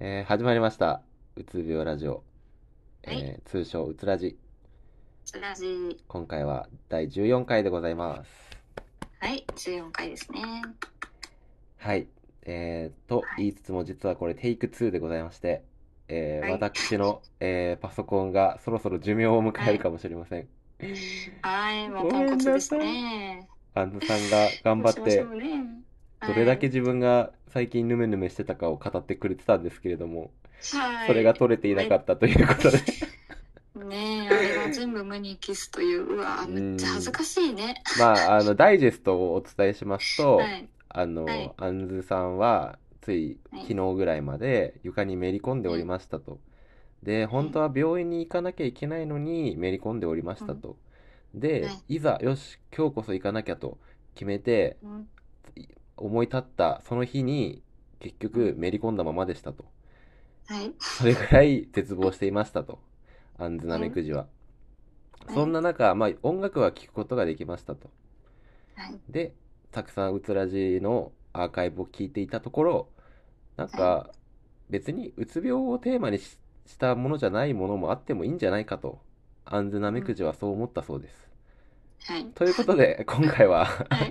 始まりました。うつ病ラジオ、 はい。 通称うつラジ。 スラジ、 今回は第14回でございます。 はい。14回ですね。 はい。とはい。 言いつつも実はこれテイク2でございまして、 はい。 私の、パソコンがそろそろ寿命を迎はい。 えるかもしれません。 はい。もうポンごめんコツですなさい。 ね。 アンズさんが頑どうしましょ張って、 うね。 どれだけはい。 自分が最近ヌメヌメしてたかを語ってくれてたんですけれども、それがはい。 取れていなかったということで。 ねえ、あれが全部無にキスという、うわ、 うーめっちゃ恥ずん。 かしいね。 ダイジェストをお伝えしますと、 はい。はい。 アンズさんは、ついはい。 昨日ぐらいまで床にめり込んでおりはい。 ましたと。で、 はい。 本当は病院に行かなきゃいけないのにめり込んでおりましうん。 たと。で、 はい。 いざ、よし、今日こそ行かなきゃと決めて、 うん。 思い立ったその日に、結うん。 局めり込んだままでしたと。 はい。 それぐらい絶望していましたと。アンズナはい。 メクジは。 はい。 そんな中、音楽は聴くことができましたと。 はい。 で、たくさんうつらじのアーカイブを聞いていたところ、なんはい。 か別にうつ病をテーマにしたものじゃないものもあってもいいんじゃないかと、アンズナうん。 メクジはそう思ったそうです。 はい。 ということで、今回ははい。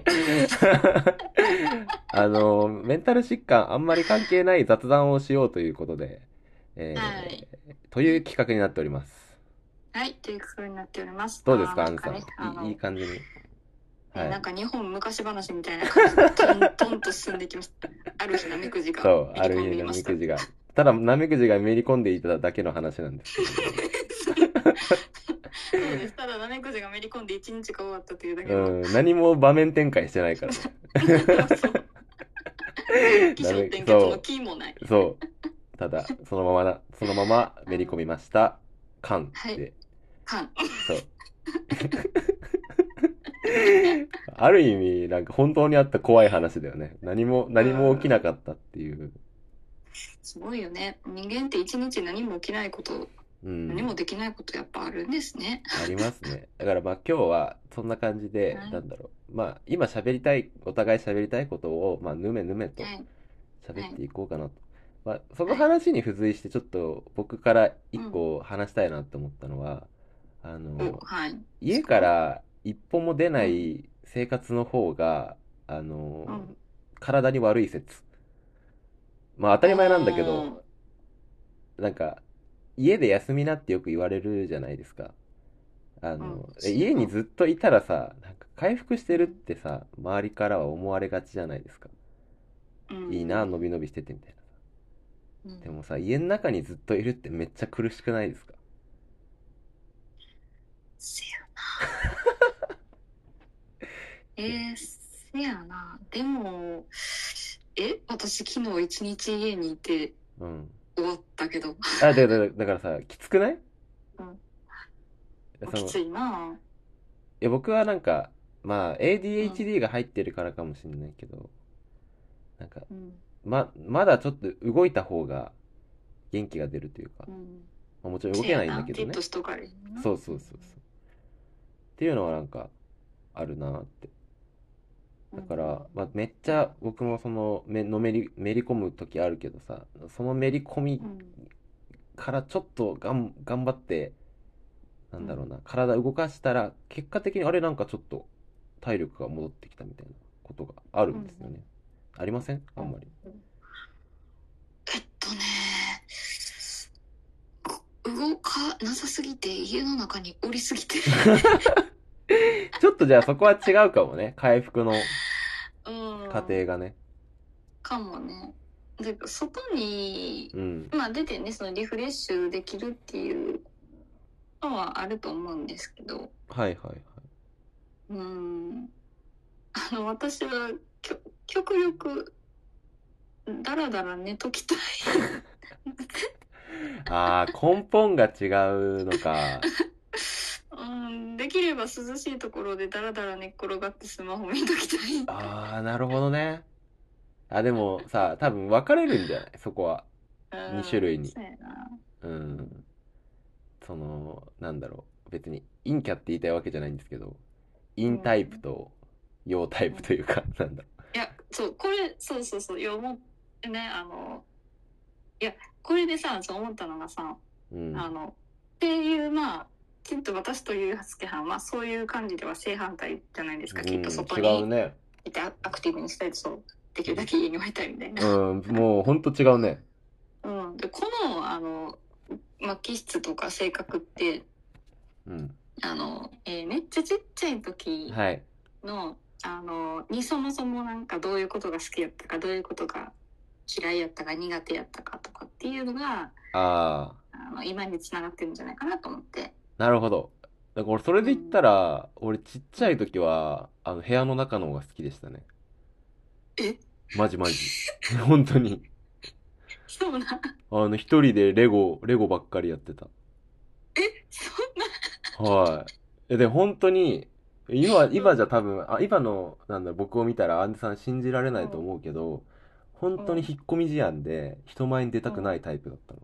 メンタル疾患あんまり関係ない雑談をしようということで、 はい。 という企画になっております。 はい。ということになっております。 どうですか、 なんかね、 アンズさん。いい感じに。はい。 なんか日本昔話みたいな感じでトントンと進んでいきます。ある日ナメクジがそう、 めり込んある日ナでいました。 メクジが。ただ、ナメクジがめり込んでいただけの話なんですけれども。 そうです。ただナメクジがめり込んで一日が終わったというだけの。 うん、何も場面展開してないからね。 そう。起承転結のキーもない。 そう。ただ、そのままめり込みあの、 ました。缶はい。 で、 かん。 そう。ある意味、なんか本当にあった怖い話だよね。 う何も起きなかん。 ったっていう。 すごいよね。人間って一日何も起きないこと、何うん。 もできないことやっぱあるんですね。 ありますね。だから今日はそんな感じで、 はい。 なんだろう。今喋りたい、お互い喋りたいことを、ぬめぬめとはい。はい。 喋っていこうかなと。そのはい。 話に付随してちょっと僕から一うん。 個話したいなと思ったのは、あお、 の、 はい。です家か？ から一歩も出なうん。 い生活の方が、あの、 うん。 体に悪い説。当たおり前なんだけど、 ー。 なんか、家で休みなってよく言われるじゃないですか。 うん。 家にずっといたらさ、なんか回復してるっうん。 てさ、周りからは思われがちじゃないですか。 ういいな、のびん。 のびしててみたいな。 うん。 でもさ、家の中にずっといるってめっちゃ苦しくないですか？ せやな。せやな。でも、私昨日一日家にいてうん。 終わったけど。 だからさ、きつくない？ うん。 その、 きついな。 僕はなんか、 うん。 ADHD が入ってるからかもしれないけど、なんか、 うん。 まだちょっと動いた方が元気が出るというか、 うん。 もちろん動けないんだせやな。 けどね。 じっとしとかれへんな。 そううん。 そうそうそう。っていうのはなんか、あるなーって。 うん。 だから、めっちうん。 ゃ僕もそのめり込む時あるけどさ、そのめり込みうん。 からちょっと頑張って、なんうん。 だろうな、体動かしたら、結果的にあれなんかちょっと体力が戻ってきたみたいなことがあるうん。 んですよね。ありませんあうん。 んまり。 ね、動かなさすぎて家の中におりすぎて。 ちょっとじゃあそこは違うかもね。回復のう過程ん。 がね。 かもね。で、外に、 うん。 出てね、そのリフレッシュできるっていうのはあると思うんですけど、 はいはいはい。 うん。私は極力、だらだら寝ときたい。 ああ、根本が違うのか。 うん、できれば涼しいところでだらだら寝っ転がってスマホ見ときたい。 ああ、なるほどね。でもさ、多分分かれるんじゃないそこは。 う 2種類ん、 に。 そうやな。 うん。なんだろう。別に陰キャって言いたいわけじゃないんですけど、 う陰タイプん。 と陽タイうん。 プというか、なんだろいや、そう、これ、そうそうそう、いや、ね、 これでさ、そう思ったのがさ、 うん。 っていう、まあ、きっと私という助けは、そういう感じでは正反対じゃないですか。きっと外違うにね。 いてアクティブにしたいと、そう、できるだけ家に置いたいみたいな。 もうほんと違うね。 で、この、気質とか性格って、めっちゃちっちゃい時の、にそもそもなんかどういうことが好きやったか、どういうことが嫌いやったか、苦手やったかとかっていうのが、今につながってるんじゃないかなと思って。 なるほど。だから俺それで言ったら、俺ちっちゃい時は、部屋の中の方が好きでしたね。マジマジ。本当に。 そうな。 一人でレゴばっかりやってた。 そんな。 はい。で、本当に、今じゃ多分、今の、僕を見たら、アンデさん信じられないと思うけど、本当に引っ込み思案で、人前に出たくないタイプだったの。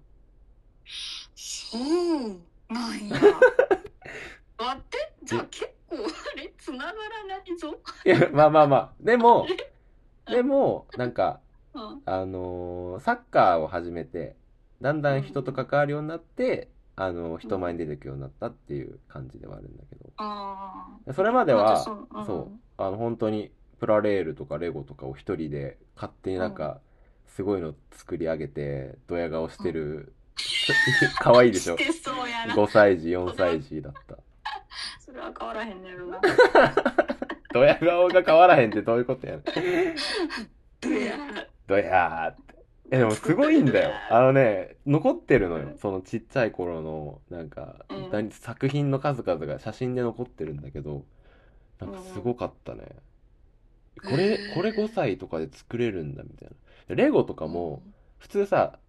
そうなんや。待って、じゃあ結構、あれ、繋がらないぞ。 いや、まあまあまあ。でも、なんか、サッカーを始めて、だんだん人と関わるようになって、人前に出てくようになったっていう感じではあるんだけど。それまでは、そう、本当に、プラレールとかレゴとかを一人で勝手にすごいの作り上げて、ドヤ顔してる、可愛いでしょ？ 5 歳児、4歳児だった。 それは変わらへんねやろな。 ドヤ顔が変わらへんってどういうことやねん。ドヤーって。でもすごいんだよ。残ってるのよ。そのちっちゃい頃の、作品の数々が写真で残ってるんだけど、すごかったね。これ5歳とかで作れるんだみたいな。レゴとかも、普通さ、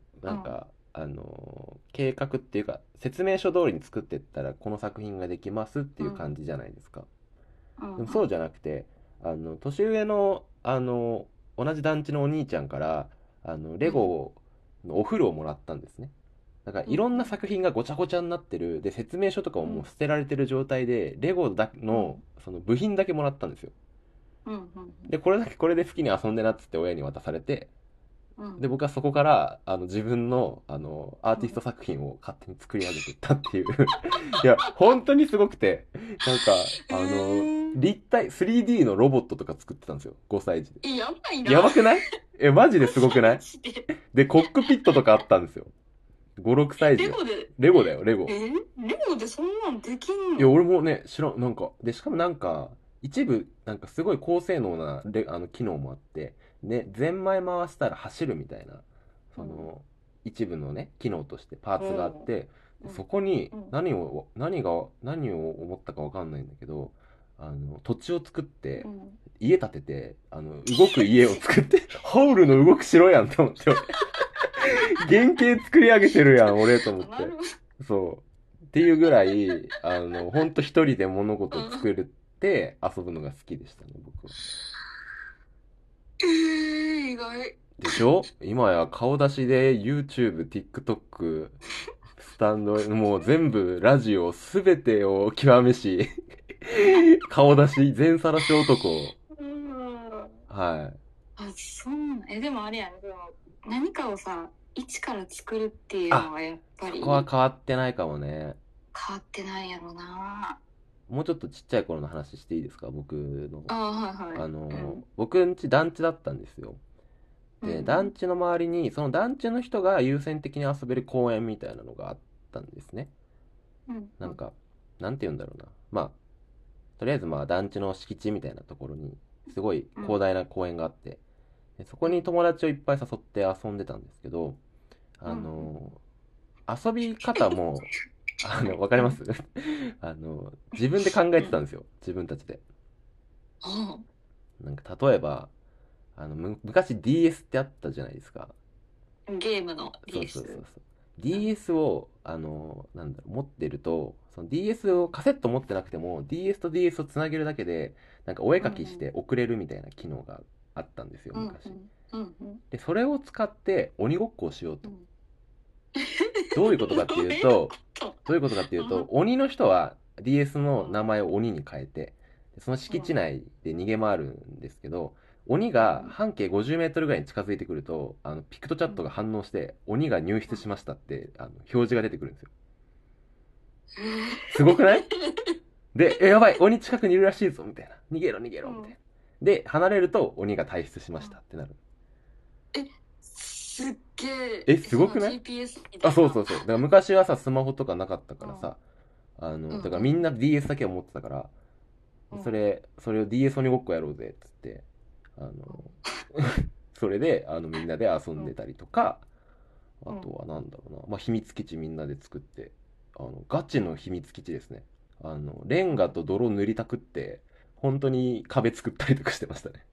計画っていうか、説明書通りに作ってったら、この作品ができますっていう感じじゃないですか。でもそうじゃなくて、年上の、同じ団地のお兄ちゃんから、レゴのお風呂をもらったんですね。だからいろんな作品がごちゃごちゃになってる。で、説明書とかももう捨てられてる状態で、レゴの、その部品だけもらったんですよ。で、これで好きに遊んでなっつって親に渡されて、で、僕はそこから、自分の、アーティスト作品を勝手に作り上げていったっていう。いや、本当にすごくて、立体、3D のロボットとか作ってたんですよ。5歳児で。 やばいな。 やばくない？マジですごくないで、コックピットとかあったんですよ。5、6歳児。レゴだよ、レゴ。 レゴでそんなんできんの？ いや、俺もね、知らん、で、しかも一部、すごい高性能な機能もあって、ね、ゼンマイ回したら走るみたいな、一部のね、機能としてパーツがあって、そこに何を思ったかわかんないんだけど、土地を作って、家建てて、動く家を作って、ハウルの動く城やんと思って、原型作り上げてるやん、俺と思って。そう。っていうぐらい、ほんと一人で物事を作るって遊ぶのが好きでしたね、僕は。 意外。 でしょ？今や顔出しで YouTube、TikTok、スタンド、もう全部ラジオすべてを極めし、顔出し、全さらし男。はい。 そうなん。でもあれやね、何かをさ、一から作るっていうのはやっぱり。 そこは変わってないかもね。 変わってないやろな。 もうちょっとちっちゃい頃の話していいですか？僕の。 はいはい。 僕んち団地だったんですよ。で、団地の周りに、その団地の人が優先的に遊べる公園みたいなのがあったんですね。なんて言うんだろうな。とりあえず団地の敷地みたいなところに、すごい広大な公園があって、でそこに友達をいっぱい誘って遊んでたんですけど、遊び方も、わかります？自分で考えてたんですよ。自分たちで。例えば、昔 DS ってあったじゃないですか。 ゲームの DS。 そう。DS を、持ってると、その DS をカセット持ってなくても、DS と DS をつなげるだけで、お絵描きして送れるみたいな機能があったんですよ、昔。で、それを使って鬼ごっこをしようと。どういうことかっていうと、鬼の人は DS の名前を鬼に変えて、その敷地内で逃げ回るんですけど、 鬼が半径50メートルぐらいに近づいてくると、ピクトチャットが反応して、鬼が入室しましたって、表示が出てくるんですよ。すごくない？で、やばい、鬼近くにいるらしいぞ、みたいな。逃げろ、逃げろ、みたいな。で、離れると鬼が退出しましたってなる。 すっげえ。 すごくない？ GPS みたいな。そうそうそう。だから昔はさ、スマホとかなかったからさ、だからみんな DS だけを持ってたから、それを DS 鬼ごっこやろうぜ、っつって、それで、みんなで遊んでたりとか、あとはなんだろうな、まあ、秘密基地みんなで作って、ガチの秘密基地ですね。レンガと泥塗りたくって、本当に壁作ったりとかしてましたね。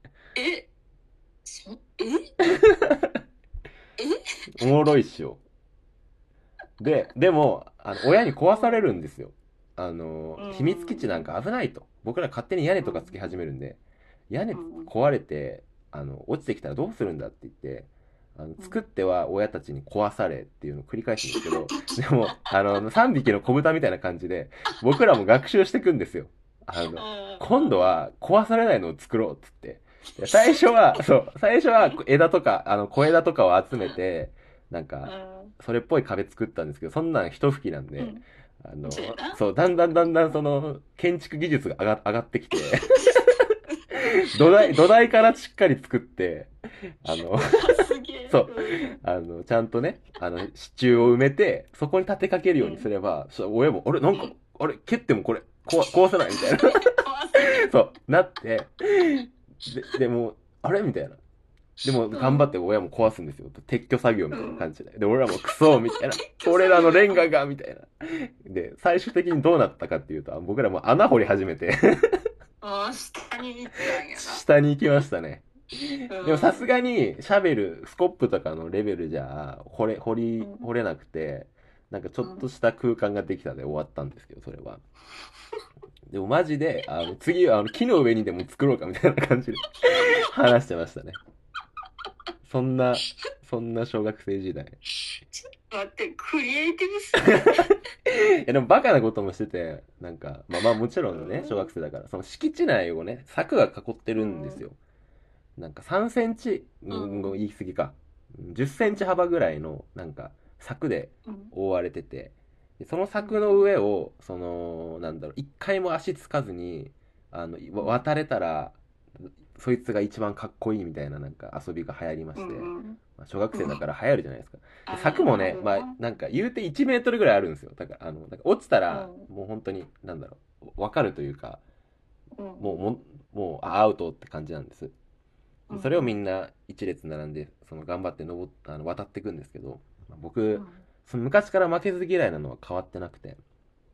おもろいっしょ。でも、親に壊されるんですよ。秘密基地なんか危ないと。僕ら勝手に屋根とかつき始めるんで、屋根壊れて、落ちてきたらどうするんだって言って、作っては親たちに壊されっていうのを繰り返すんですけど、でも、3匹の子豚みたいな感じで、僕らも学習していくんですよ。今度は壊されないのを作ろうっつって。最初は枝とか、小枝とかを集めて、なんか、それっぽい壁作ったんですけど、そんなん一吹きなんで、そう、だんだんその、建築技術が上がってきて、土台からしっかり作って、そう、ちゃんとね、支柱を埋めて、そこに立てかけるようにすれば、親も、なんか、蹴ってもこれ、壊せないみたいな。そう、なって、でも、あれみたいな。でも、頑張って親も壊すんですよ。撤去作業みたいな感じで。で、俺らもクソみたいな。俺らのレンガがみたいな。で、最終的にどうなったかっていうと、僕らも穴掘り始めて。 下に行ったんやな。 下に行きましたね。でもさすがに、シャベル、スコップとかのレベルじゃ、掘れなくて、なんかちょっとした空間ができたで終わったんですけど、それは。でもマジで、次は木の上にでも作ろうかみたいな感じで話してましたね。そんな小学生時代。 ちょっと待って、クリエイティブすぎでもバカなこともしてて、なんか、まあもちろんね、小学生だから、その敷地内をね、柵が囲ってるんですよ。なんか3センチ、言い過ぎか。10センチ幅ぐらいの、なんか、柵で覆われてて、その柵の上を、なんだろう、一回も足つかずに、渡れたら、そいつが一番かっこいいみたいななんか遊びが流行りまして、まあ、小学生だから流行るじゃないですか。柵もね、まあなんか言うて1メートルぐらいあるんですよ。だからなんか落ちたらもう本当になんだろう、わかるというか、もうアウトって感じなんです。それをみんな一列並んで頑張って渡っていくんですけど、僕、その昔から負けず嫌いなのは変わってなくて、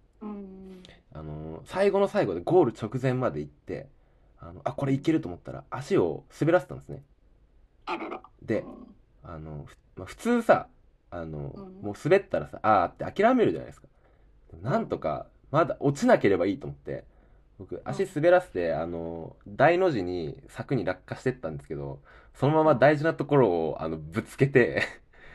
最後の最後でゴール直前まで行って、これいけると思ったら足を滑らせたんですね。で、普通さ、もう滑ったらさ、って諦めるじゃないですか。なんとか、まだ落ちなければいいと思って、僕、足滑らせて、大の字に柵に落下してったんですけど、そのまま大事なところを、ぶつけて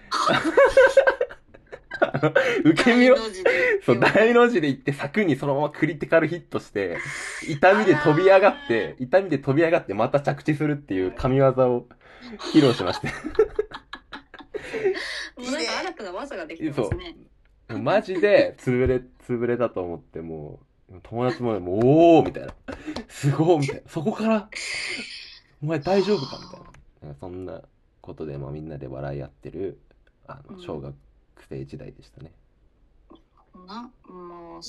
受け身を、そう、大の字で行って柵にそのままクリティカルヒットして、痛みで飛び上がって、また着地するっていう神業を披露しまして。 もうなんか新たな技ができてますね。 そう。マジで潰れたと思って、もう、友達もね、もう、おーみたいな。すごいみたいな。そこから、お前大丈夫かみたいな。そんなことで、みんなで笑い合ってる、小学生時代でしたね。 もう、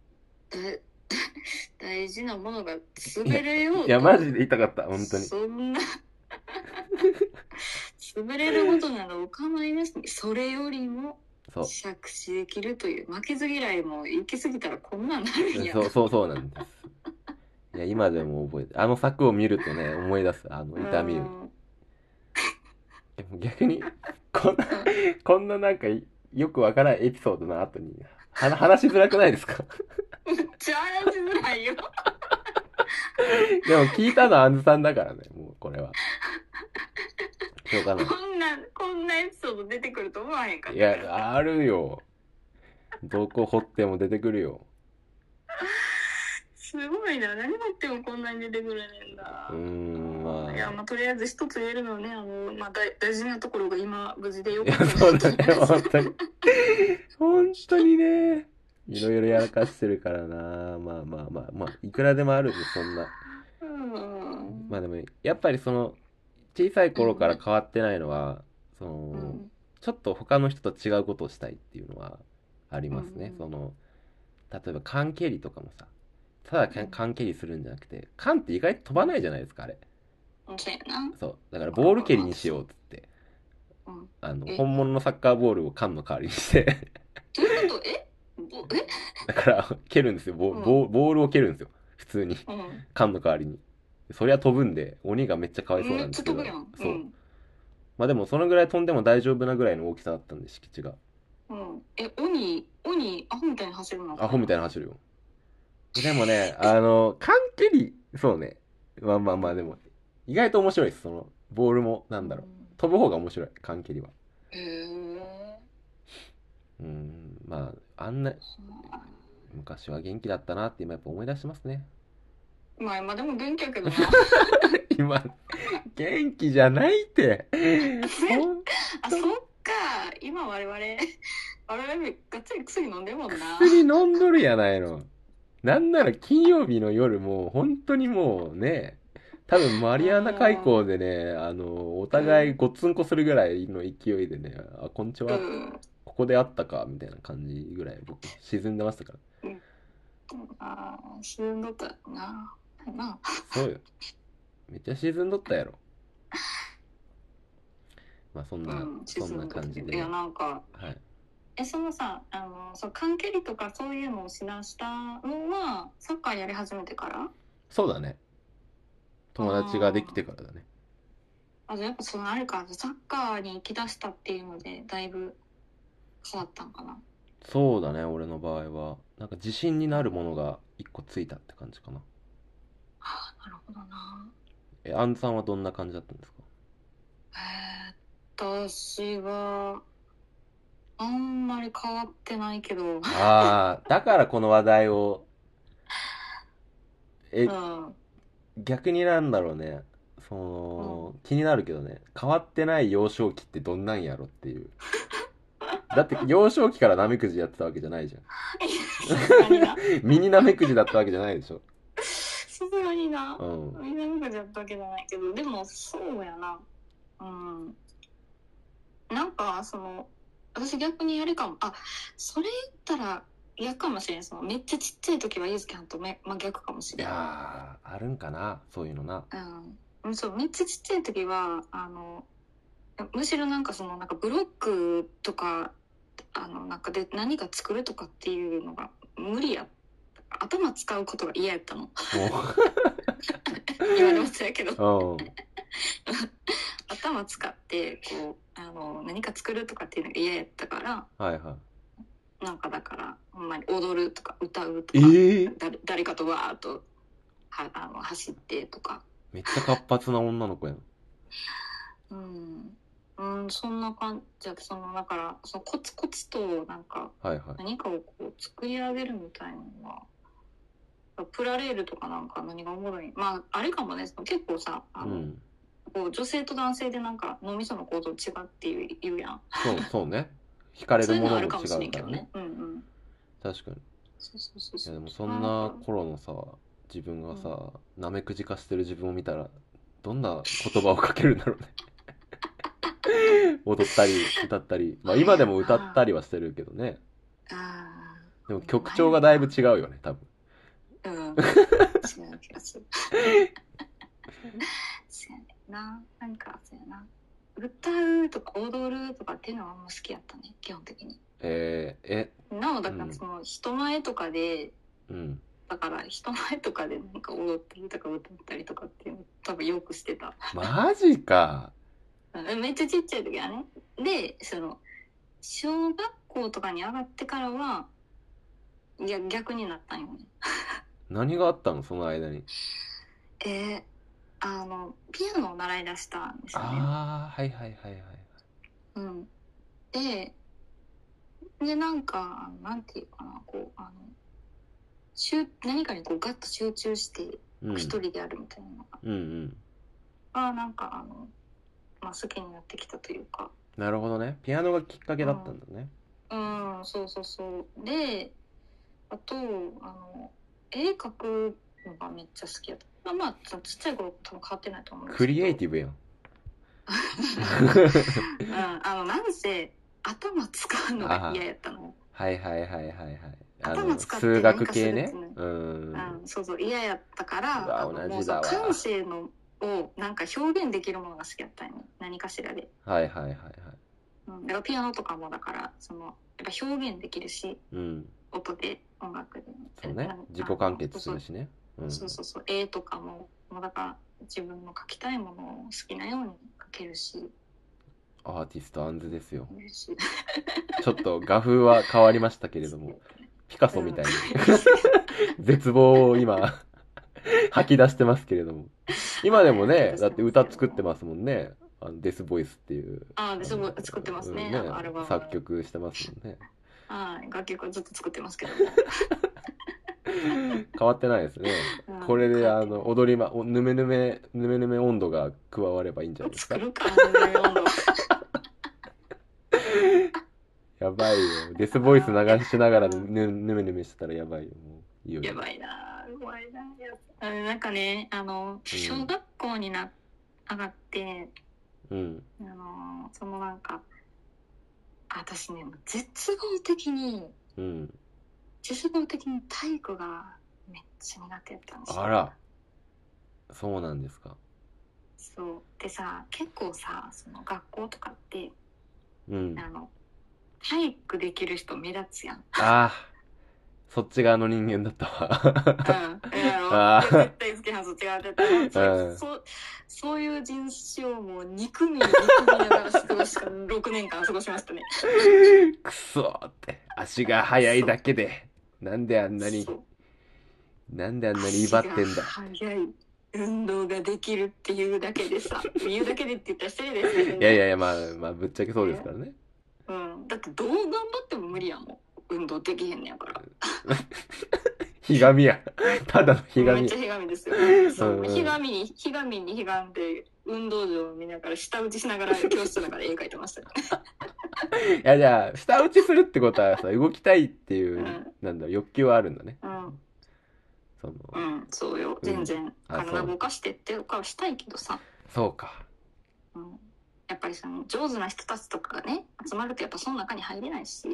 大事なものが滑れようと。 いや、マジで言いたかった、本当に。 そんな、滑れることなどお構いなしに、それよりも、着地できるという、負けず嫌いも行き過ぎたらこんなんなるんや。 そうなんです。いや、今でも覚えて、柵を見るとね、思い出す、痛みを。でも逆に、こんななんか、よくわからないエピソードの後に、話しづらくないですか？ めっちゃ話しづらいよ。 でも聞いたのはあんずさんだからね、もうこれは。しょうがない。 こんなエピソード出てくると思わへんかった。 いや、あるよ。どこ掘っても出てくるよ。 すごいな。何掘ってもこんなに出てくるねんだ。 まいや、まあ、とりあえず一つ言えるのはね、まあ、大事なところが今、無事でよかった。いや、そうだね、本当に。本当にね。いろいろやらかしてるからな。まあまあまあまあ、いくらでもあるんで、そんな。まあでも、やっぱりその、小さい頃から変わってないのは、その、ちょっと他の人と違うことをしたいっていうのはありますね。その、例えば缶蹴りとかもさ、ただ缶蹴りするんじゃなくて、缶って意外と飛ばないじゃないですか、あれ。 そうやな。 そう。だからボール蹴りにしようっつって、本物のサッカーボールを缶の代わりにしてどういうことだから、蹴るんですよ。ボールを蹴るんですよ。普通に。缶の代わりに。そりゃ飛ぶんで、鬼がめっちゃかわいそうなんですけど。そう。まあでも、そのぐらい飛んでも大丈夫なぐらいの大きさだったんで、敷地が。 鬼、アホみたいに走るのかな。 アホみたいに走るよ。でもね、缶蹴り、そうね。まあまあまあ、でも、意外と面白いです。その、ボールも、なんだろう。飛ぶ方が面白い、缶蹴りは。まあ、あんな、昔は元気だったなって今やっぱ思い出しますね。 まあ今でも元気やけどな。 今、元気じゃないって。 あ、そっか。今我々がっつり薬飲んでるもんな。 薬飲んどるやないの。なんなら金曜日の夜もう本当にもうね、多分マリアナ海溝でね、お互いごっつんこするぐらいの勢いでね、あ、こんにちは、ここで会ったかみたいな感じぐらい僕沈んでましたから。 ああ、沈んどったな。 そうよ。めっちゃ沈んどったやろ。まあそんな感じで。 いやなんか、はい、そのさ、缶蹴りとかそういうのをしだしたのはサッカーやり始めてから？ そうだね。友達ができてからだね。 じゃあやっぱそのあれか、サッカーに行き出したっていうのでだいぶ変わったんかな。 そうだね、俺の場合はなんか自信になるものが一個ついたって感じかな。 なるほどな。 アンさんはどんな感じだったんですか？ 私はあんまり変わってないけど。 ああ、だからこの話題を。逆になんだろうね。その、気になるけどね、変わってない幼少期ってどんなんやろっていう。だって幼少期からナメクジやってたわけじゃないじゃん。ミニナメクジだったわけじゃないでしょ。 さすがにな。ミニナメクジだったわけじゃないけど、でもそうやな。なんかその私逆にやるかも。それ言ったら逆かもしれん。そのめっちゃちっちゃい時はゆずきはんと真逆かもしれん。 いやあるんかな、そういうのな。 そうめっちゃちっちゃい時はむしろなんかそのなんかブロックとかなんかで何か作るとかっていうのが無理や。頭使うことが嫌やったの。今でもそうやけど。頭使ってこう何か作るとかっていうのが嫌やったから、 はいはい、 なんかだからほんまに踊るとか歌うとか、誰かとわーっと走ってとか。 めっちゃ活発な女の子やん。 そんな感じだ。だからそのコツコツとなんか何かをこう作り上げるみたいなのは、プラレールとかなんか何がおもろい。まああれかもね、結構さこう女性と男性でなんか脳みその構造違って言うやん。 そうね。惹かれるものも違うからね。確かに。いやでもそんな頃のさ、自分がさ、なめくじ化してる自分を見たらどんな言葉をかけるんだろうね。踊ったり歌ったり、まあ今でも歌ったりはしてるけどね。でも曲調がだいぶ違うよね、多分。違う気がする。 そうやねんな。なんかそうやな。歌うとか踊るとかっていうのはもう好きやったね、基本的に。なおだからその人前とかで、だから人前とかでなんか踊ったりとか歌ったりとかっていうの多分よくしてた。 マジか。 めっちゃちっちゃい時はね。で、その小学校とかに上がってからは逆になったんよね。 何があったのその間に。 ピアノを習い出したんですよね。 はいはいはいはい。 でなんかなんていうかな、こう何かにこうガッと集中して一人でやるみたいなのがなんか好きになってきたというか。 なるほどね。ピアノがきっかけだったんだね。 そうそうそう。で、あと、絵描くのがめっちゃ好きやった。まあ、ちっちゃい頃多分変わってないと思うんですけど。 クリエイティブやん。 なんせ、頭使うのが嫌やったの。 はいはいはいはいはい。 頭使って数学系ね。 そうそう、嫌やったから、 同じだわ。 感性のをなんか表現できるものが好きやったんよ。何かしらで。 はいはいはいはい。 だからピアノとかもだから、やっぱ表現できるし、音で、音楽で。 そうね。自己完結するしね。 そうそうそう。絵とかもだから自分の描きたいものを好きなように描けるし。 アーティストアンズですよ。ちょっと画風は変わりましたけれども、ピカソみたいに絶望を今吐き出してますけれども、今でもね、だって歌作ってますもんね。デスボイスっていう。 デスボイス作ってますね。アルバム作曲してますもんね。 楽曲はずっと作ってますけども。 変わってないですね。これで踊りぬめぬめ温度が加わればいいんじゃないですか。 作るか、ぬめぬめ温度。 やばいよ。デスボイス流しながらぬめぬめしてたらやばいよ。もういいよ。 やばいな。怖いな。なんかね、小学校に上がって、なんか、私ね、絶望的に体育がめっちゃ苦手やったんですよ。 あら、そうなんですか。 そうでさ、結構さ、学校とかって、体育できる人目立つやん。 そっち側の人間だったわ。 絶対好きなそっち側だったそういう人種をもう憎みながら過ごし6年間過ごしましたね。 くそーって。足が速いだけで。なんであんなに威張ってんだ。 速い運動ができるっていうだけでさ、言うだけでって言ったら失礼ですけどね。いや、まあ、ぶっちゃけそうですからね。 だってどう頑張っても無理やもん。運動できへんねやから。 ひがみや。ただのひがみ。 めっちゃひがみですよ。ひがみにひがんで、運動場を見ながら、舌打ちしながら、教室の中で絵描いてました。 いや、じゃあ、舌打ちするってことはさ、動きたいっていう、欲求はあるんだね。 そうよ。全然、体動かしてっていうかはしたいけどさ。 そうか。 やっぱり上手な人たちとかがね、集まるとやっぱその中に入れないし。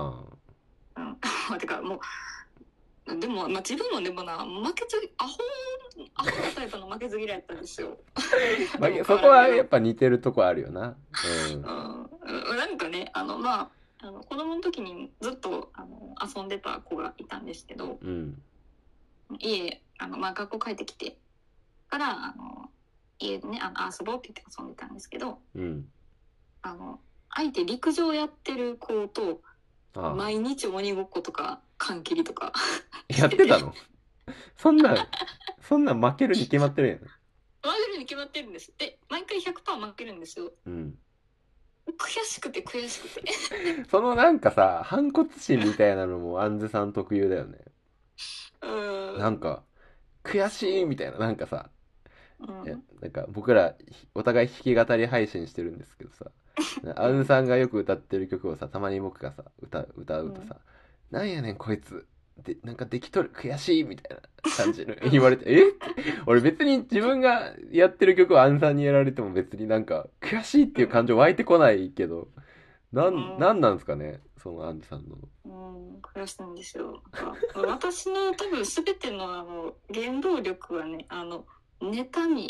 てかもう、でも、自分もでもな、負けず、アホなタイプの負けず嫌いだったんですよ。 そこはやっぱ似てるとこあるよな。 なんかね、子供の時にずっと遊んでた子がいたんですけど、家、学校帰ってきてから、家でね、遊ぼうって言って遊んでたんですけど、相手陸上やってる子と、毎日鬼ごっことか缶切りとかやってたの？そんなん負けるに決まってるやん。 負けるに決まってるんです。で、毎回 100% 負けるんですよ。悔しくてなんかさ、反骨心みたいなのもアンズさん特有だよね。なんか悔しいみたいな、なんかさ、なんか僕らお互い弾き語り配信してるんですけどさ、アンさんがよく歌ってる曲をさ、たまに僕がさ歌うとさ、なんやねんこいつで、なんかできとる悔しいみたいな感じの言われて俺別に自分がやってる曲をアンさんにやられても別になんか悔しいっていう感情湧いてこないけど、なんなんですかね、そのアンさんの。 悔しいんですよ。私の多分全ての原動力はね、妬み。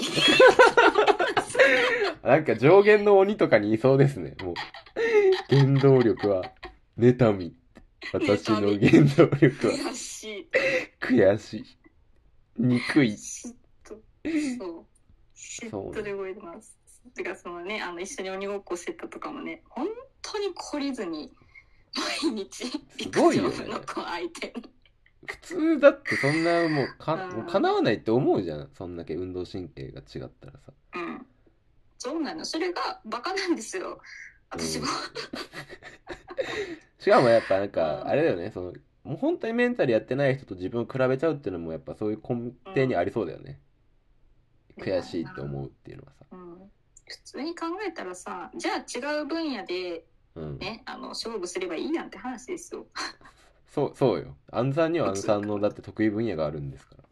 なんか上限の鬼とかにいそうですね。もう原動力は妬み。私の原動力は悔しい。憎い。 嫉妬で動いてます。てか一緒に鬼ごっこしてたとかもね、本当に懲りずに毎日陸上の子相手に。 普通だってそんなもう叶わないって思うじゃん。そんだけ運動神経が違ったらさ。 そうなの。それがバカなんですよ。私も。 しかもやっぱなんかあれだよね。もう本当にメンタルやってない人と自分を比べちゃうっていうのもやっぱそういう根底にありそうだよね。 悔しいって思うっていうのはさ、 普通に考えたらさ、じゃあ違う分野でね、勝負すればいいやんって話ですよ。 そうよ。アンさんにはアンさんのだって得意分野があるんですから。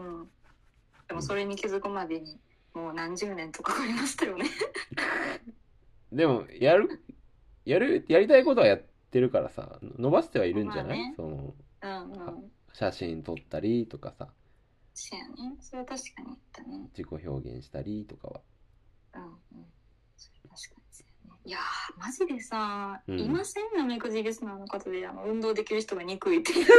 でもそれに気づくまでにもう何十年とかかかりましたよね。 でもやりたいことはやってるからさ、伸ばしてはいるんじゃない？その写真撮ったりとかさ。 そうやね。それは確かに言ったね。 自己表現したりとかは。 それ確かにそうやね。いやー、マジでさ、いませんなめくじリスナーの方で運動できる人が憎いっていう。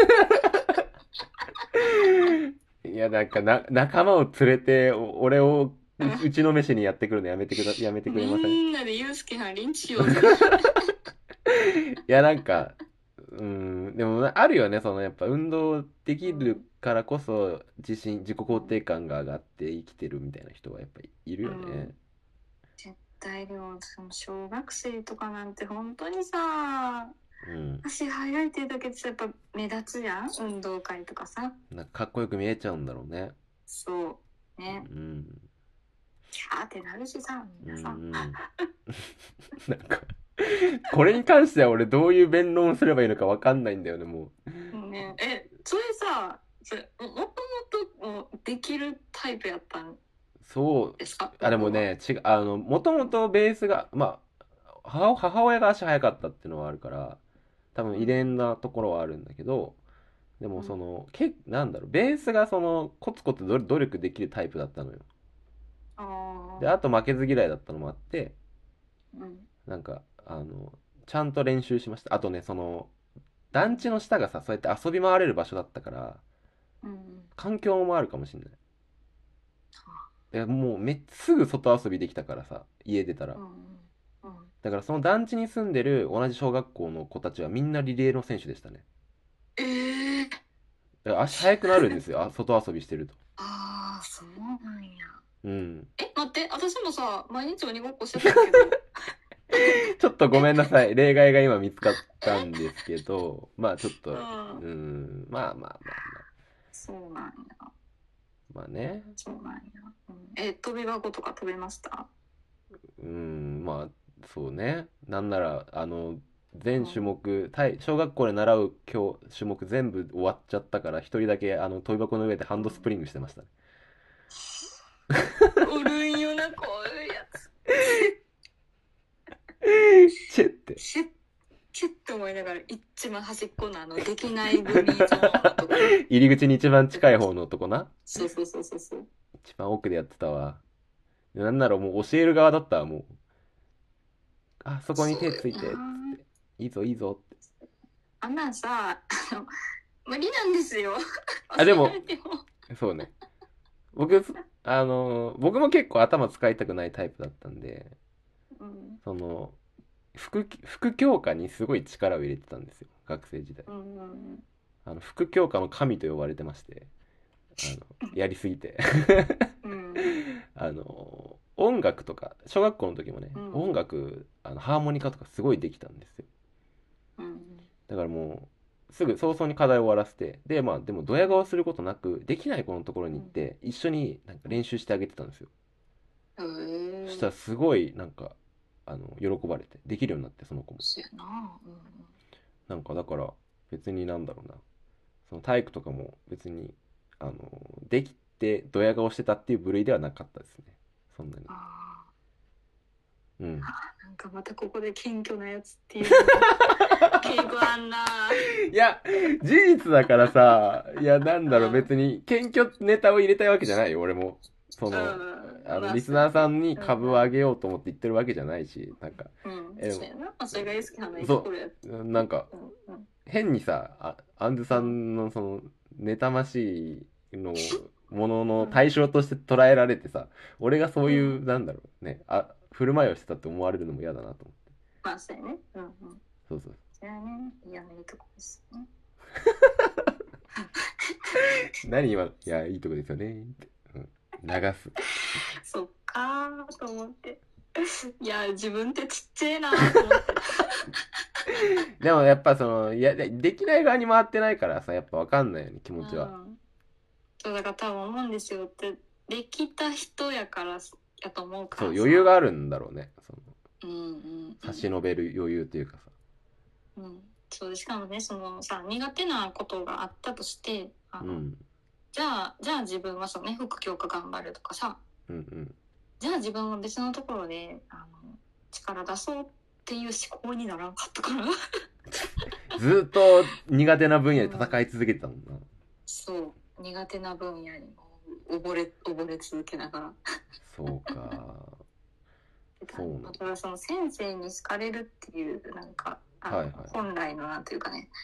いや、なんか仲間を連れて俺をうちの飯にやってくるのやめてくれません？ みんなでユースケさんリンチしようぜ。 いや、なんかでもあるよね、そのやっぱ運動できるからこそ自己肯定感が上がって生きてるみたいな人はやっぱりいるよね。 絶対。でもその小学生とかなんて本当にさ、足速いっていうだけでやっぱ目立つやん、運動会とかさ。 なんかかっこよく見えちゃうんだろうね。 そうね。キャーってなるしさ、みんなさ。なんかこれに関しては俺どういう弁論すればいいのか分かんないんだよね、もう。ね、それさ、もともとできるタイプやったんですか？ でもね、もともとベースが、まあ、母親が足早かったっていうのはあるから、多分遺伝なところはあるんだけど、でもその、なんだろう、ベースがその、コツコツ努力できるタイプだったのよ。で、あと負けず嫌いだったのもあって、なんか、ちゃんと練習しました。あとね、その、団地の下がさ、そうやって遊び回れる場所だったから、環境もあるかもしれない。もうすぐ外遊びできたからさ、家出たら。だからその団地に住んでる同じ小学校の子たちはみんなリレーの選手でしたね。足速くなるんですよ、外遊びしてると。 ああ、そうなんや。 待って、私もさ、毎日鬼ごっこしてたけど。 ちょっとごめんなさい。例外が今見つかったんですけど、まあちょっと、まあ。 そうなんや。 まあね。 そうなんや。飛び箱とか飛べました？ まあ、そうね。なんなら、全種目、小学校で習う種目全部終わっちゃったから、一人だけ飛び箱の上でハンドスプリングしてましたね。 おるんよな、こういうやつ。 チェって。 チェって思いながら、一番端っこのできない組ゾーンのとこ。 入り口に一番近い方のとこな。 そう。 一番奥でやってたわ。なんならもう教える側だったわ、もう。あそこに手ついて、つって。いいぞ、いいぞって。 あんなんさ、無理なんですよ。 でも、そうね。僕も結構頭使いたくないタイプだったんで、その、副教科にすごい力を入れてたんですよ、学生時代。副教科の神と呼ばれてまして、やりすぎて。音楽とか、小学校の時もね、音楽、ハーモニカとかすごいできたんですよ。だからもう、すぐ早々に課題を終わらせて、でもドヤ顔することなく、できない子のところに行って、一緒になんか練習してあげてたんですよ。そしたらすごい、なんか、喜ばれて、できるようになって、その子も。なんかだから、別になんだろうな。その体育とかも別に、できて、ドヤ顔してたっていう部類ではなかったですね。そんなに。なんかまたここで謙虚なやつっていう敬語あんな。 いや事実だからさ、いやなんだろう、別に謙虚ネタを入れたいわけじゃないよ、俺も。その、リスナーさんに株を上げようと思って言ってるわけじゃないし、なんか、 それが好きなのにこれなんか、変にさ、アンズさんのその妬ましいのものの対象として捉えられてさ、俺がそういう、なんだろうね、振る舞いをしてたって思われるのも嫌だなと思って。 まあそうやね。 そう。 それはね、嫌な、いいとこですね。 何今、いや、いいとこですよねって、流す。 そっかーと思って。いや、自分ってちっちゃいなーと思って。 でもやっぱその、いや、できない側に回ってないからさ、やっぱ分かんないよね、気持ちは。 そうだから多分思うんですよって。 できた人やからやと思うからそう、余裕があるんだろうね。 うんうん、 差し伸べる余裕というかさ。 うん、そうで、しかもね、そのさ、苦手なことがあったとして、じゃあ自分はそうね、副教科頑張るとかさ、じゃあ自分は別のところで力出そうっていう思考にならんかったからずっと苦手な分野で戦い続けてたもんな。 そう、苦手な分野に溺れ続けながらそうか。そうなんだ。 だからその先生に好かれるっていうなんか本来のなんていうかね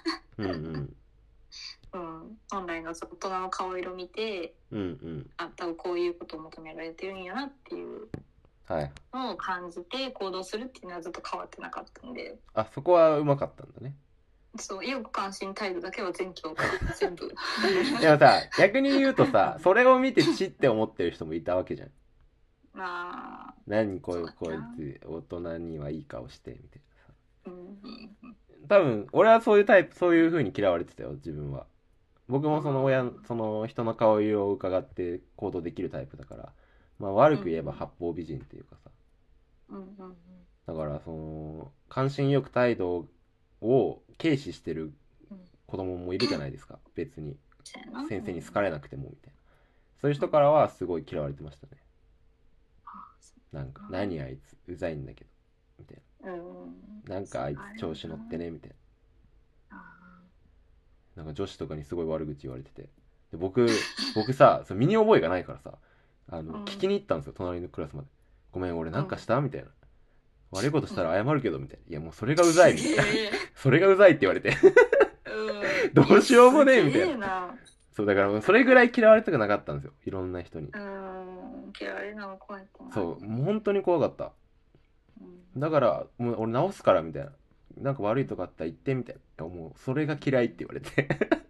本来の大人の顔色見て、あ多分こういうことを求められてるんやなっていうのを感じて行動するっていうのはずっと変わってなかったんで、 あそこはうまかったんだね。 そう、意欲関心態度だけは全教科全部でもさ、逆に言うとさ、それを見てチって思ってる人もいたわけじゃん。 まあ何こいつ大人にはいい顔してみたいなさ、多分俺はそういうタイプ、そういう風に嫌われてたよ自分は。僕もその人の顔色を伺って行動できるタイプだから、まあ悪く言えば八方美人っていうかさ、だからその関心よく態度を軽視してる子供もいるじゃないですか。別に先生に好かれなくてもみたいな、そういう人からはすごい嫌われてましたね。なんか何あいつうざいんだけどみたいな、なんかあいつ調子乗ってねみたいな、なんか女子とかにすごい悪口言われてて、で僕さ、その身に覚えがないからさ、聞きに行ったんですよ、隣のクラスまで。ごめん俺なんかしたみたいな、悪いことしたら謝るけどみたいな、いやもうそれがうざいみたいなそれがうざいって言われてどうしようもねえみたいな。そうだからそれぐらい嫌われたくなかったんですよ、いろんな人に。 嫌われるのが怖いってな。 そうもう本当に怖かった。だからもう俺直すからみたいな、なんか悪いとこあったら言ってみたいな、もうそれが嫌いって言われて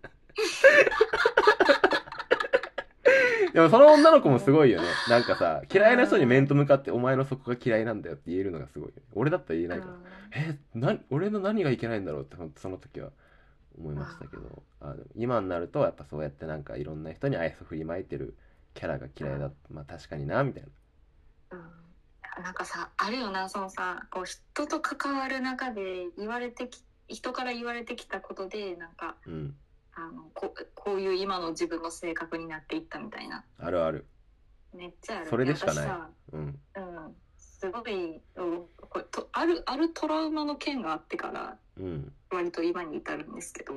でもその女の子もすごいよね。なんかさ、嫌いな人に面と向かってお前のそこが嫌いなんだよって言えるのがすごいよね。俺だったら言えないから。俺の何がいけないんだろうってその時は思いましたけど、今になるとやっぱそうやってなんかいろんな人に愛想振りまいてるキャラが嫌いだ。まあ確かになみたいな。 なんかさ、あるよな、そのさ、こう人と関わる中で人から言われてきたことでなんか、こういう今の自分の性格になっていったみたいな。 あるある。 めっちゃある。 それでしかない。 すごいあるトラウマの件があってから、割と今に至るんですけど、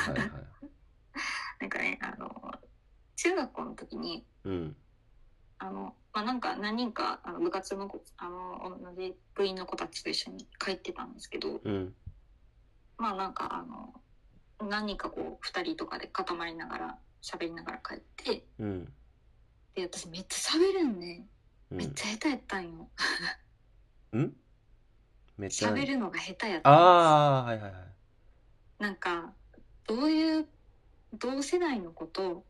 なんかね、中学校の時に、なんか何人か部活の同じ部員の子たちと一緒に帰ってたんですけど、なんか何人かこう2人とかで固まりながら喋りながら帰って、で私めっちゃ喋るんね、めっちゃ下手やったんよめっちゃ喋るのが下手やったんです。なんか同世代の子と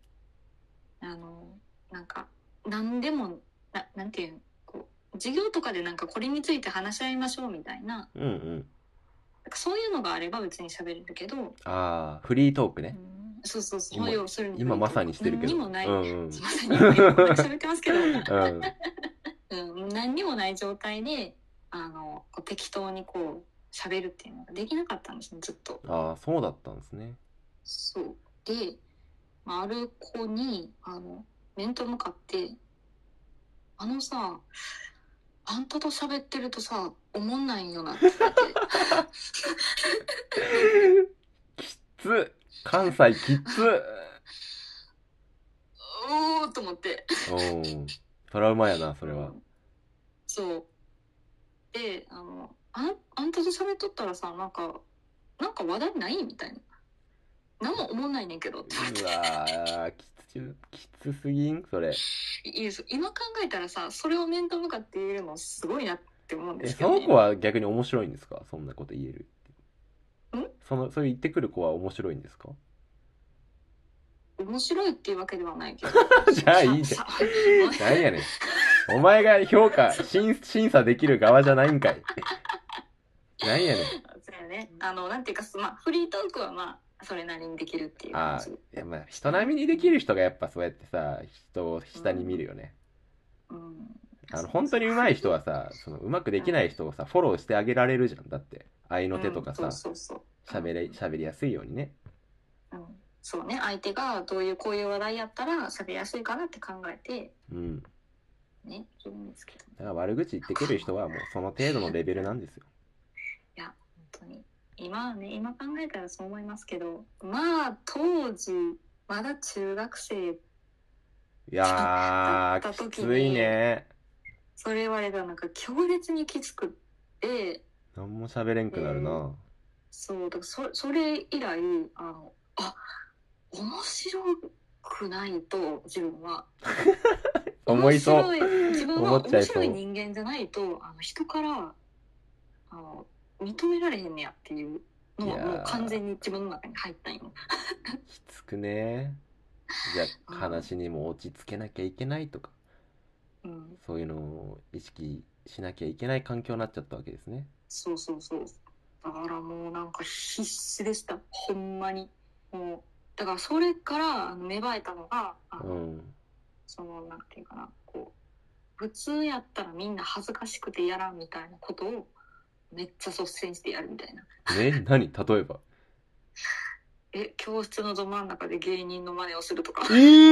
なんか何でもなんていうの、こう授業とかでなんかこれについて話し合いましょうみたいな、なんかそういうのがあれば別に喋れるけど、 フリートークね。 そう要するに今まさにしてるけど、 何にもない、まさに喋ってますけど、何にもない状態でこう適当にこう喋るっていうのができなかったんですね、ずっと。 そうだったんですね。 そうで、ある子に面と向かってさ、あんたと喋ってるとさ、思んないんよなって言ってきつ、関西きつおーと思って、 トラウマやなそれは。 そうで、あんたと喋っとったらさ、なんか話題ないみたいな、何も思んないねんけどって言われて、 うわきつすぎんそれ。 今考えたらさ、それを面と向かって言えるのすごいなって思うんですけど、 ね、その子は逆に面白いんですか、そんなこと言えるって。そう言ってくる子は面白いんですか。 面白いっていうわけではないけどじゃあいいじゃん何やねんお前が審査できる側じゃないんかい何やねん。 そうやね、なんていうか、フリートークはそれなりにできるっていう感じ。 いやまあ人並みにできる人がやっぱそうやってさ、人を下に見るよね。本当に上手い人はさ、その上手くできない人をさ、フォローしてあげられるじゃん。だって合いの手とかさ、喋りやすいようにね。 そうね、相手がこういう話題やったら喋りやすいかなって考えて、ね、いるんですけど。 だから悪口言ってくる人はもうその程度のレベルなんですよ。 いや、本当に。今考えたらそう思いますけど、まあ、当時、まだ中学生だった時に、きついね。 それ言われたらなんか強烈にきつくって、 何も喋れんくなるな。 そう、だからそれ以来、面白くないと、自分は。 思いそう。 自分は面白い人間じゃないと、人から、認められへんねやっていうのはもう完全に自分の中に入ったんよ。 きつくね。じゃあ話にも落ち着けなきゃいけないとか、そういうのを意識しなきゃいけない環境になっちゃったわけですね。 そう。だからもうなんか必死でした。ほんまに。もうだからそれから芽生えたのが、そのなんていうかな、こう普通やったらみんな恥ずかしくてやらんみたいなことをめっちゃ率先してやるみたいな。 何例えば？ 教室のど真ん中で芸人の真似をするとか。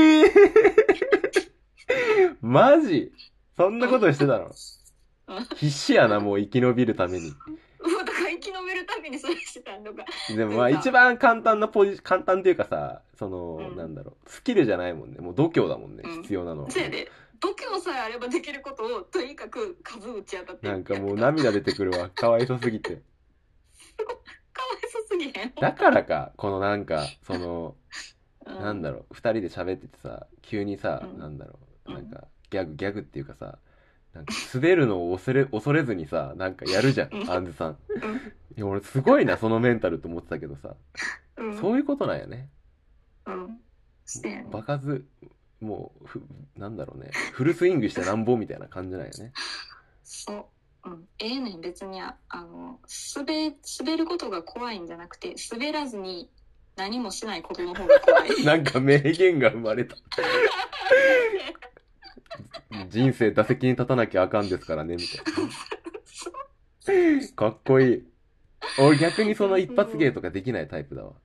マジ？そんなことしてたの？必死やな、もう生き延びるために。 だから生き延びるためにそれしてたのか。 でもまあ一番簡単っていうかさ、その、なんだろう、スキルじゃないもんね。もう度胸だもんね、必要なのは。 そうやで。度胸さえあればできることをとにかく数打ち当たって。 なんかもう涙出てくるわ。かわいそすぎて。かわいそすぎへん。 だからか、このなんか、その、なんだろう、二人で喋っててさ、急にさ、なんだろう、なんか、ギャグっていうかさ、なんか滑るのを恐れずにさ、なんかやるじゃん、アンズさん。いや、俺すごいな、そのメンタルと思ってたけどさ、そういうことなんやね。場数、もう、なんだろうね、フルスイングしてなんぼみたいな感じなんやね。 そう。ねん、別に滑ることが怖いんじゃなくて、滑らずに何もしないことの方が怖い。 なんか名言が生まれた。人生打席に立たなきゃあかんですからね、みたいな。かっこいい。俺逆にその一発芸とかできないタイプだわ。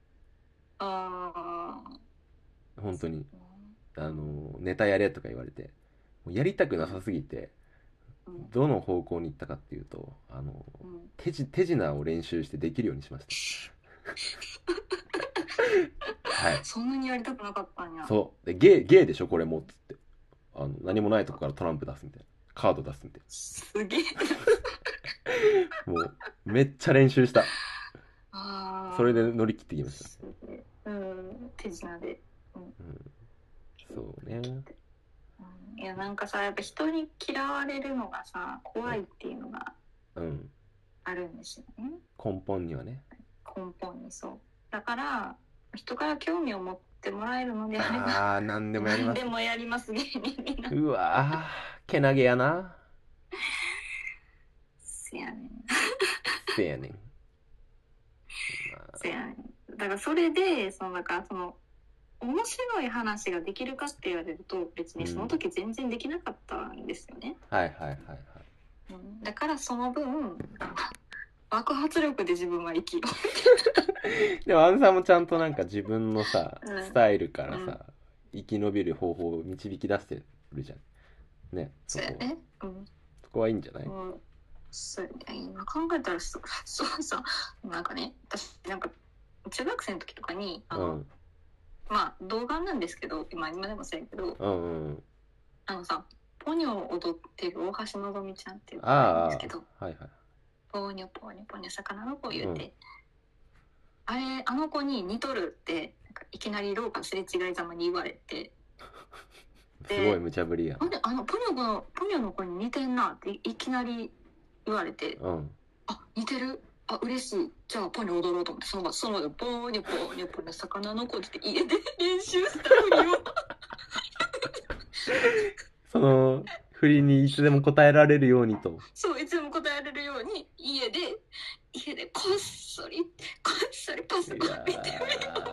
本当に。ネタやれとか言われて、やりたくなさすぎて、どの方向に行ったかっていうと、手品を練習してできるようにしました。はい。 そんなにやりたくなかったんや。 そう。で、ゲーでしょ、これも、つって。何もないとこからトランプ出すみたいな。カード出すみたいな。 すげえ。 もう、めっちゃ練習した。それで乗り切ってきました。 手品で。 そうね。 いや、なんかさ、やっぱ人に嫌われるのがさ、怖いっていうのがあるんですよね。 根本にはね。 根本にそう。だから、人から興味を持ってもらえるのであれば、 何でもやります。 何でもやります芸人にな。 うわぁ、けなげやな。 せやねん。 せやねん。 せやねん。だからそれで、面白い話ができるかって言われると、別にその時全然できなかったんですよね。だからその分、爆発力で自分は生きよう。でも、アンさんもちゃんとなんか自分のさ、スタイルからさ、生き延びる方法を導き出してるじゃん。ね。そこはいいんじゃない？ そう今考えたらそうさ、なんかね、私なんか中学生の時とかにまあ童顔なんですけど、今でもそうやけど、さ、ポニョを踊ってる大橋のぞみちゃんっていう子なんですけど、ポニョポニョポニョ魚の子言うて、あの子に似とるってなんかいきなり廊下すれ違いざまに言われて、 すごい無茶ぶりやん。 ポニョの子に似てんなっていきなり言われて、似てる、嬉しい、じゃあポニョ踊ろうと思って、その場でポニョポニョポニョ魚の子って家で練習したふりをその振りにいつでも答えられるようにと。 そう、いつでも答えられるように家でこっそりパソコン見てみよう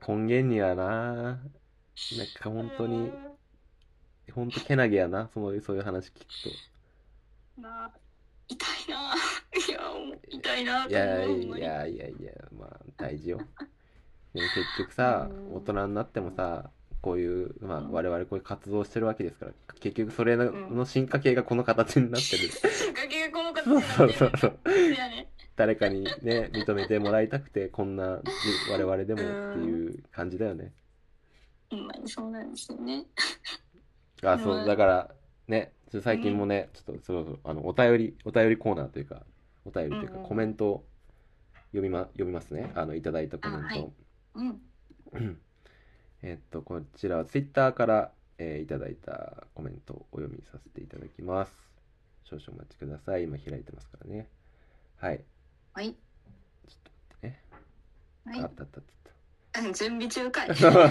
根源にはなんか本当に、本当けなげやな、そういう話聞くと。痛いな。いや、痛いなと思う。 いや、まあ大事よ。でも結局さ、大人になってもさ、こういう、まあ我々こういう活動してるわけですから、結局それの進化系がこの形になってる。 進化系がこの形になってる。そう。 誰かにね、認めてもらいたくて、こんな我々でもっていう感じだよね。 そうなんですよね。 そう、だからね、最近もね、ちょっとお便りコーナーというか、お便りというかコメントを読みますね。いただいたコメント。こちらはツイッターから、いただいたコメントをお読みさせていただきます。少々お待ちください。今開いてますからね。はい。 はい。 ちょっと待ってね。はい、あった。 準備中かい。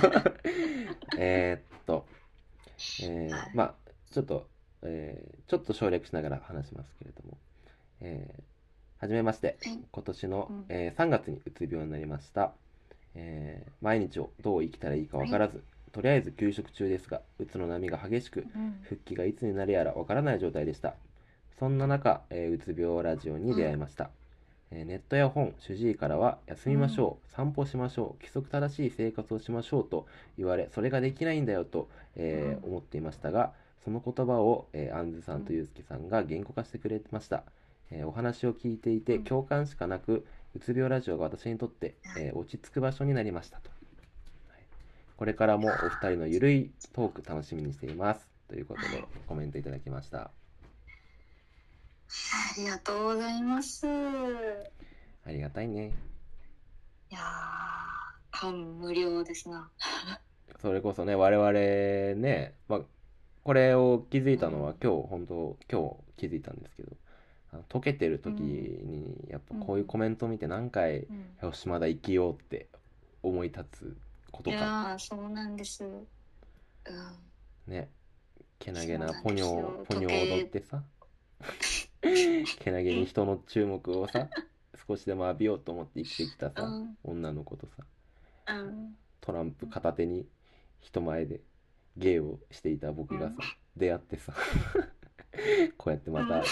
まあちょっと省略しながら話しますけれども、はじめまして、今年の、3月にうつ病になりました。毎日をどう生きたらいいか分からず、とりあえず休職中ですが、うつの波が激しく、復帰がいつになるやら分からない状態でした。そんな中、うつ病ラジオに出会いました。ネットや本、主治医からは休みましょう、散歩しましょう、規則正しい生活をしましょうと言われ、それができないんだよと、思っていましたが、その言葉を、アンズさんとユうスケさんが言語化してくれました。お話を聞いていて共感しかなく、うつ病ラジオが私にとって、落ち着く場所になりましたと。これからもお二人のゆるいトーク楽しみにしていますということでコメントいただきました。 ありがとうございます。 ありがたいね。 いやー、感無量ですな。 それこそね、我々ね、これを気づいたのは今日気づいたんですけど、溶けてる時にやっぱこういうコメントを見て何回、よしまだ生きようって思い立つことか。 いやー、そうなんです。 ね、けなげなポニョを踊ってさ、けなげに人の注目をさ、少しでも浴びようと思って生きてきたさ、女の子とさ、トランプ片手に人前で芸をしていた僕がさ、出会ってさこうやってまた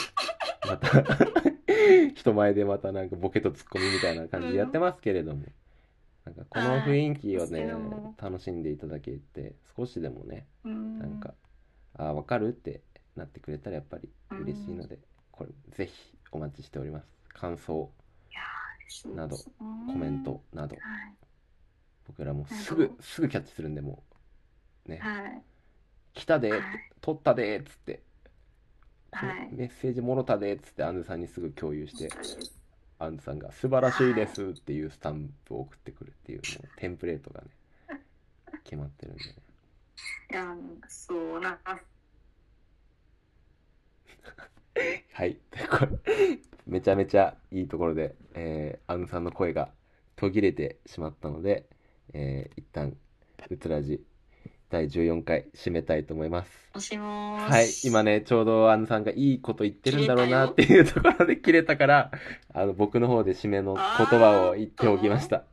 人前でまたなんかボケとツッコミみたいな感じでやってますけれども、なんかこの雰囲気をね楽しんでいただけて、少しでもねなんか分かるってなってくれたらやっぱり嬉しいので、これぜひお待ちしております。感想などコメントなど、僕らもすぐキャッチするんで、もうね、来たで、撮ったでっつって、メッセージもろたでっつってアンズさんにすぐ共有して、アンズさんが素晴らしいですっていうスタンプを送ってくるっていう、もうテンプレートがね決まってるんでね。 いや、そうなはいめちゃめちゃいいところで、アンズさんの声が途切れてしまったので、一旦うつらじ第14回締めたいと思います。はい、今ねちょうどアンヌさんがいいこと言ってるんだろうなっていうところで切れたから、僕の方で締めの言葉を言っておきました。